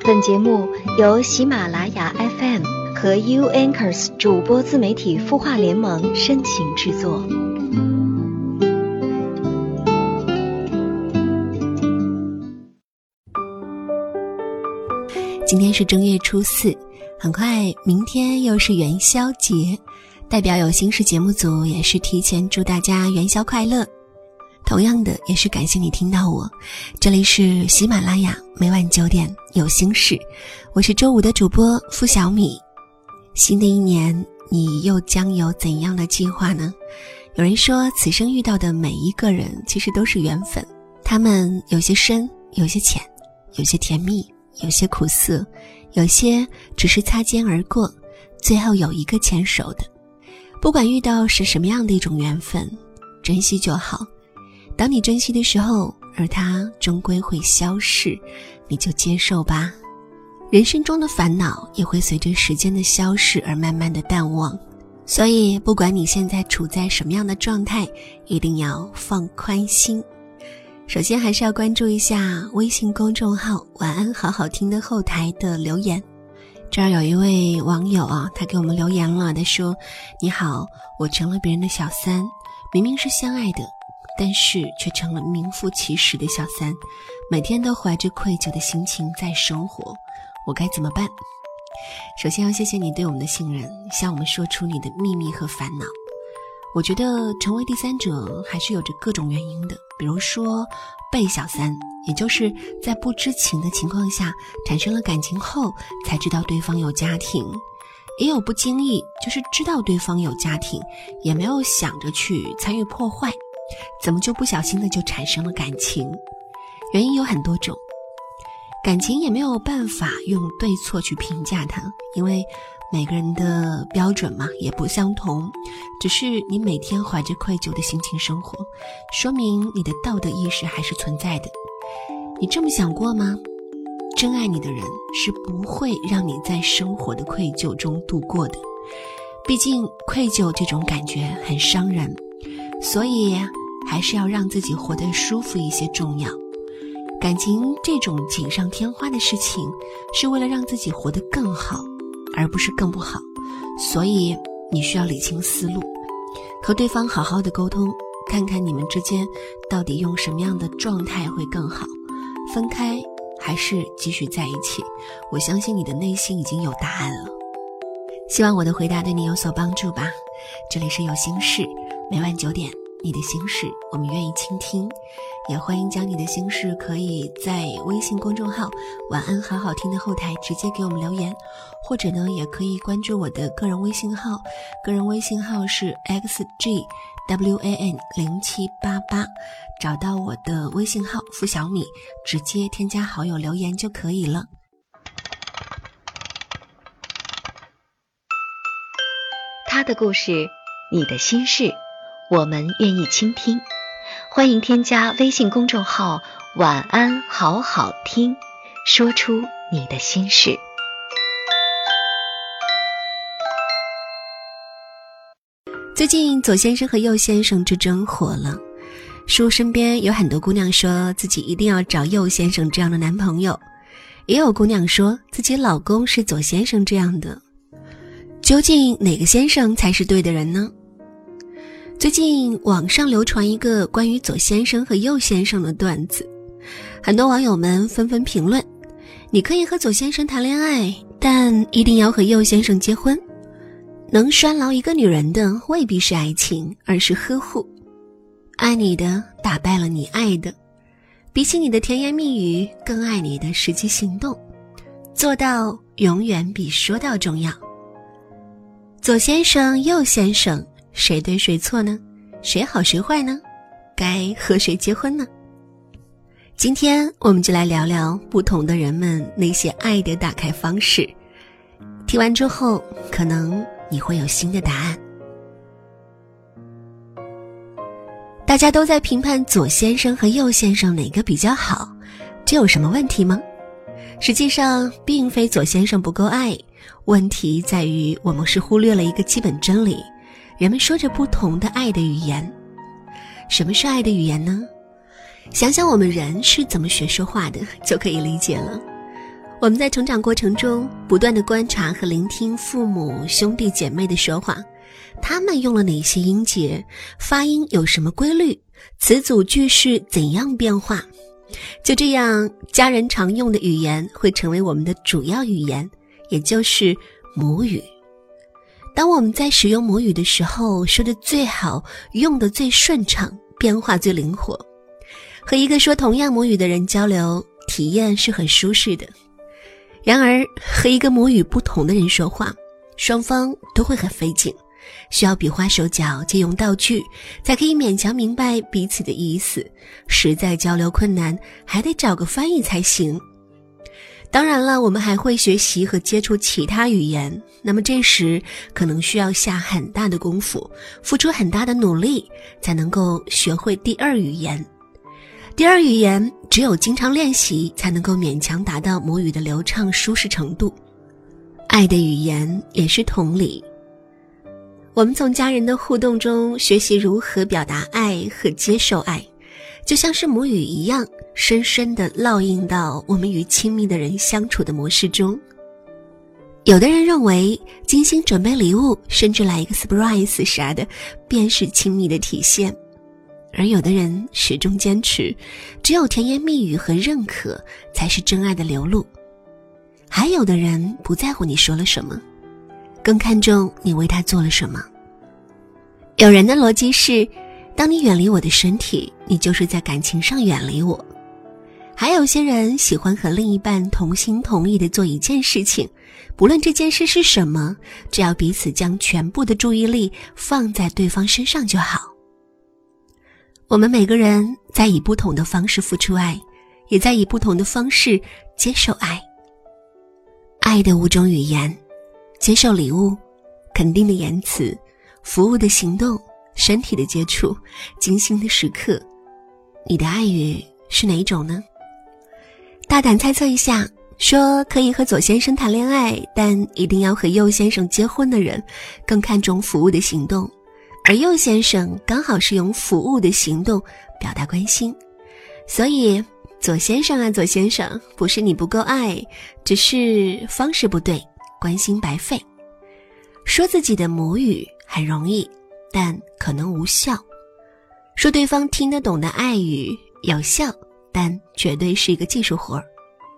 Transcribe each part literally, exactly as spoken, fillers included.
本节目由喜马拉雅 F M 和 U Anchors 主播自媒体孵化联盟深情制作。 今天是正月初四，很快明天又是元宵节，代表有心事节目组也是提前祝大家元宵快乐。同样的，也是感谢你听到我，这里是喜马拉雅，每晚九点有心事，我是周五的主播付小米。新的一年，你又将有怎样的计划呢？有人说，此生遇到的每一个人其实都是缘分，他们有些深，有些浅，有些甜蜜，有些苦涩，有些只是擦肩而过，最后有一个牵手的。不管遇到是什么样的一种缘分，珍惜就好。当你珍惜的时候，而它终归会消逝，你就接受吧。人生中的烦恼也会随着时间的消逝而慢慢的淡忘，所以不管你现在处在什么样的状态，一定要放宽心。首先还是要关注一下微信公众号晚安好好听的后台的留言。这儿有一位网友啊，他给我们留言了，他说：你好，我成了别人的小三，明明是相爱的，但是却成了名副其实的小三，每天都怀着愧疚的心情在生活，我该怎么办？首先要谢谢你对我们的信任，向我们说出你的秘密和烦恼。我觉得成为第三者还是有着各种原因的，比如说被小三，也就是在不知情的情况下产生了感情后才知道对方有家庭，也有不经意，就是知道对方有家庭，也没有想着去参与破坏，怎么就不小心的就产生了感情。原因有很多种，感情也没有办法用对错去评价它，因为每个人的标准嘛也不相同，只是你每天怀着愧疚的心情生活，说明你的道德意识还是存在的。你这么想过吗？真爱你的人是不会让你在生活的愧疚中度过的，毕竟愧疚这种感觉很伤人，所以还是要让自己活得舒服一些重要。感情这种锦上添花的事情，是为了让自己活得更好，而不是更不好，所以你需要理清思路，和对方好好的沟通，看看你们之间到底用什么样的状态会更好，分开还是继续在一起。我相信你的内心已经有答案了。希望我的回答对你有所帮助吧。这里是有心事，每晚九点，你的心事我们愿意倾听，也欢迎将你的心事可以在微信公众号晚安好好听的后台直接给我们留言，或者呢也可以关注我的个人微信号，个人微信号是 X G W A N 零七八八，找到我的微信号付小米，直接添加好友留言就可以了。 他的故事，你的心事，我们愿意倾听。欢迎添加微信公众号晚安好好听，说出你的心事。 最近左先生和右先生之争火了，叔身边有很多姑娘说自己一定要找右先生这样的男朋友，也有姑娘说自己老公是左先生这样的。究竟哪个先生才是对的人呢？最近网上流传一个关于左先生和右先生的段子，很多网友们纷纷评论，你可以和左先生谈恋爱，但一定要和右先生结婚。能拴牢一个女人的未必是爱情，而是呵护。爱你的打败了你爱的，比起你的甜言蜜语，更爱你的实际行动。做到永远比说到重要。左先生右先生，谁对谁错呢？谁好谁坏呢？该和谁结婚呢？今天我们就来聊聊不同的人们那些爱的打开方式。听完之后，可能你会有新的答案。大家都在评判左先生和右先生哪个比较好，这有什么问题吗？实际上并非左先生不够爱，问题在于我们是忽略了一个基本真理，人们说着不同的爱的语言。什么是爱的语言呢？想想我们人是怎么学说话的，就可以理解了。 我们在成长过程中不断地观察和聆听父母兄弟姐妹的说话，他们用了哪些音节，发音有什么规律，词组句式怎样变化。就这样，家人常用的语言会成为我们的主要语言，也就是母语。当我们在使用母语的时候，说得最好，用得最顺畅，变化最灵活。和一个说同样母语的人交流，体验是很舒适的。然而，和一个母语不同的人说话，双方都会很费劲，需要比划手脚，借用道具，才可以勉强明白彼此的意思。实在交流困难，还得找个翻译才行。当然了，我们还会学习和接触其他语言，那么这时可能需要下很大的功夫，付出很大的努力，才能够学会第二语言。第二语言只有经常练习，才能够勉强达到母语的流畅舒适程度。爱的语言也是同理。我们从家人的互动中学习如何表达爱和接受爱，就像是母语一样，深深地烙印到我们与亲密的人相处的模式中。有的人认为精心准备礼物，甚至来一个 surprise 啥的，便是亲密的体现。而有的人始终坚持，只有甜言蜜语和认可才是真爱的流露。还有的人不在乎你说了什么，更看重你为他做了什么。有人的逻辑是，当你远离我的身体，你就是在感情上远离我。还有些人喜欢和另一半同心同意地做一件事情，不论这件事是什么，只要彼此将全部的注意力放在对方身上就好。我们每个人在以不同的方式付出爱，也在以不同的方式接受爱。爱的五种语言：接受礼物、肯定的言辞、服务的行动、身体的接触、精心的时刻。你的爱语是哪一种呢？大胆猜测一下，说可以和左先生谈恋爱，但一定要和右先生结婚的人，更看重服务的行动。而右先生刚好是用服务的行动表达关心，所以左先生啊左先生，不是你不够爱，只是方式不对，关心白费。说自己的母语很容易，但可能无效。说对方听得懂的爱语有效，但绝对是一个技术活儿。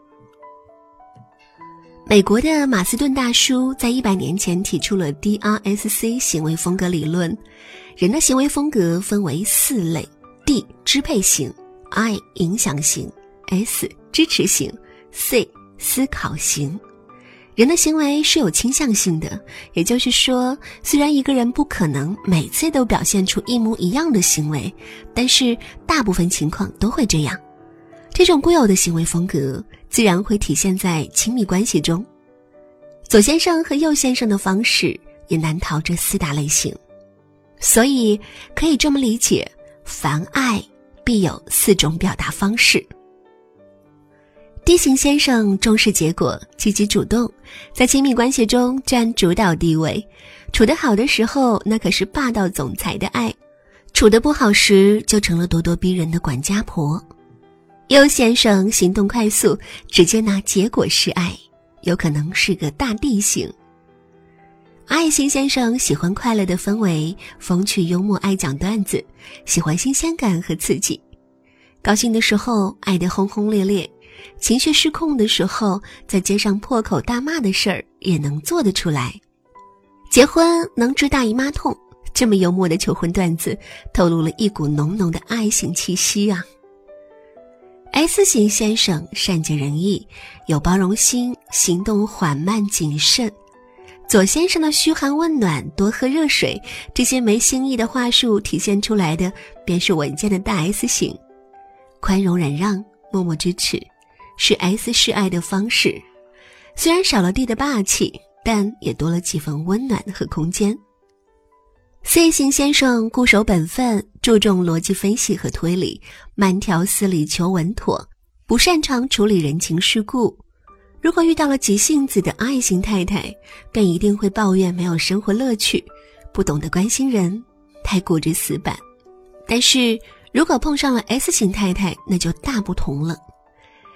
美国的马斯顿大叔在一百年前提出了 D R S C 行为风格理论。人的行为风格分为四类： D 支配型， I 影响型， S 支持型， C 思考型。人的行为是有倾向性的，也就是说，虽然一个人不可能每次都表现出一模一样的行为，但是大部分情况都会这样。这种固有的行为风格自然会体现在亲密关系中。左先生和右先生的方式也难逃这四大类型。所以可以这么理解，凡爱必有四种表达方式。D 型先生重视结果，积极主动，在亲密关系中占主导地位。处得好的时候，那可是霸道总裁的爱；处得不好时，就成了咄咄逼人的管家婆。右先生行动快速，直接拿结果示爱，有可能是个大 D 型。I 型先生喜欢快乐的氛围，风趣幽默，爱讲段子，喜欢新鲜感和刺激。高兴的时候爱得轰轰烈烈，情绪失控的时候，在街上破口大骂的事儿也能做得出来。结婚能治大姨妈痛，这么幽默的求婚段子，透露了一股浓浓的爱情气息啊。S 型先生善解人意，有包容心，行动缓慢谨慎。左先生的嘘寒问暖，多喝热水，这些没新意的话术体现出来的便是稳健的大 S 型。宽容忍让，默默支持，是 S 示爱的方式。虽然少了 D 的霸气，但也多了几分温暖和空间。C 型先生固守本分，注重逻辑分析和推理，慢条斯理求稳妥，不擅长处理人情世故。如果遇到了急性子的 I 型太太，便一定会抱怨没有生活乐趣，不懂得关心人，太固执死板。但是如果碰上了 S 型太太，那就大不同了。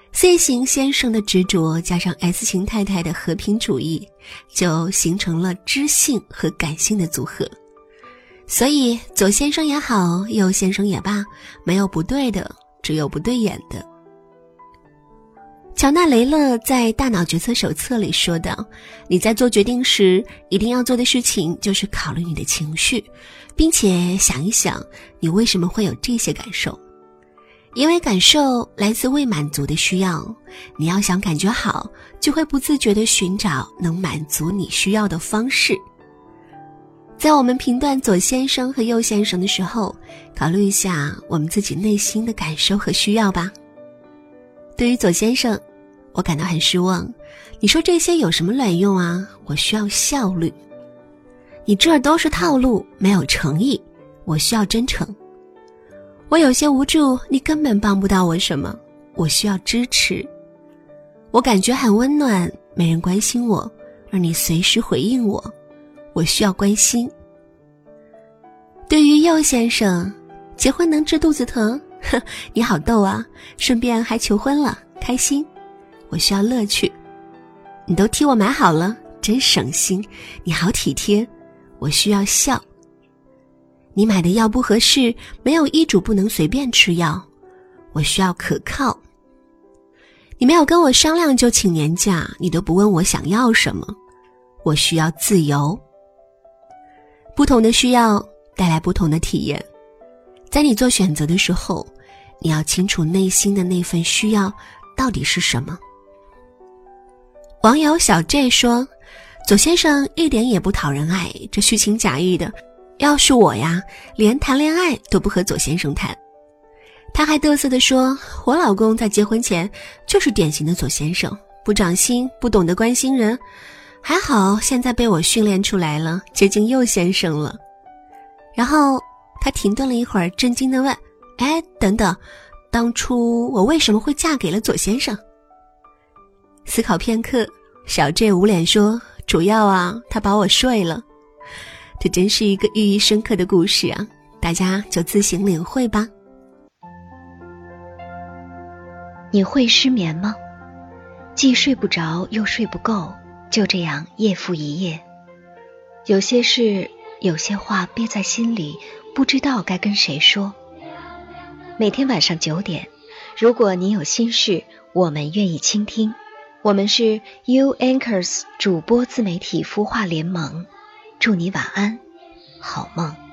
C 型先生的执着加上 S 型太太的和平主义，就形成了知性和感性的组合。所以左先生也好，右先生也罢，没有不对的，只有不对眼的。乔纳雷勒在《大脑决策手册》里说道，你在做决定时一定要做的事情就是考虑你的情绪，并且想一想你为什么会有这些感受。因为感受来自未满足的需要，你要想感觉好，就会不自觉地寻找能满足你需要的方式。在我们评断左先生和右先生的时候，考虑一下我们自己内心的感受和需要吧。对于左先生，我感到很失望。你说这些有什么卵用啊？我需要效率。你这儿都是套路，没有诚意，我需要真诚。我有些无助，你根本帮不到我什么，我需要支持。我感觉很温暖，没人关心我，而你随时回应我，我需要关心。对于右先生，结婚能治肚子疼？哼，你好逗啊，顺便还求婚了，开心。我需要乐趣。你都替我买好了，真省心，你好体贴，我需要笑。你买的药不合适，没有医嘱不能随便吃药，我需要可靠。你没有跟我商量就请年假，你都不问我想要什么，我需要自由。不同的需要带来不同的体验，在你做选择的时候，你要清楚内心的那份需要到底是什么。网友小 J 说，左先生一点也不讨人爱，这虚情假意的，要是我呀，连谈恋爱都不和左先生谈。他还嘚瑟地说，我老公在结婚前就是典型的左先生，不长心，不懂得关心人，还好现在被我训练出来了，接近右先生了。然后他停顿了一会儿，震惊地问，哎，等等，当初我为什么会嫁给了左先生？思考片刻，小 J 捂脸说，主要啊，他把我睡了。这真是一个寓意深刻的故事啊，大家就自行领会吧。 你会失眠吗？既睡不着又睡不够，就这样夜复一夜。有些事，有些话憋在心里，不知道该跟谁说。每天晚上九点，如果你有心事，我们愿意倾听。我们是 You Anchors 主播自媒体孵化联盟，祝你晚安，好梦。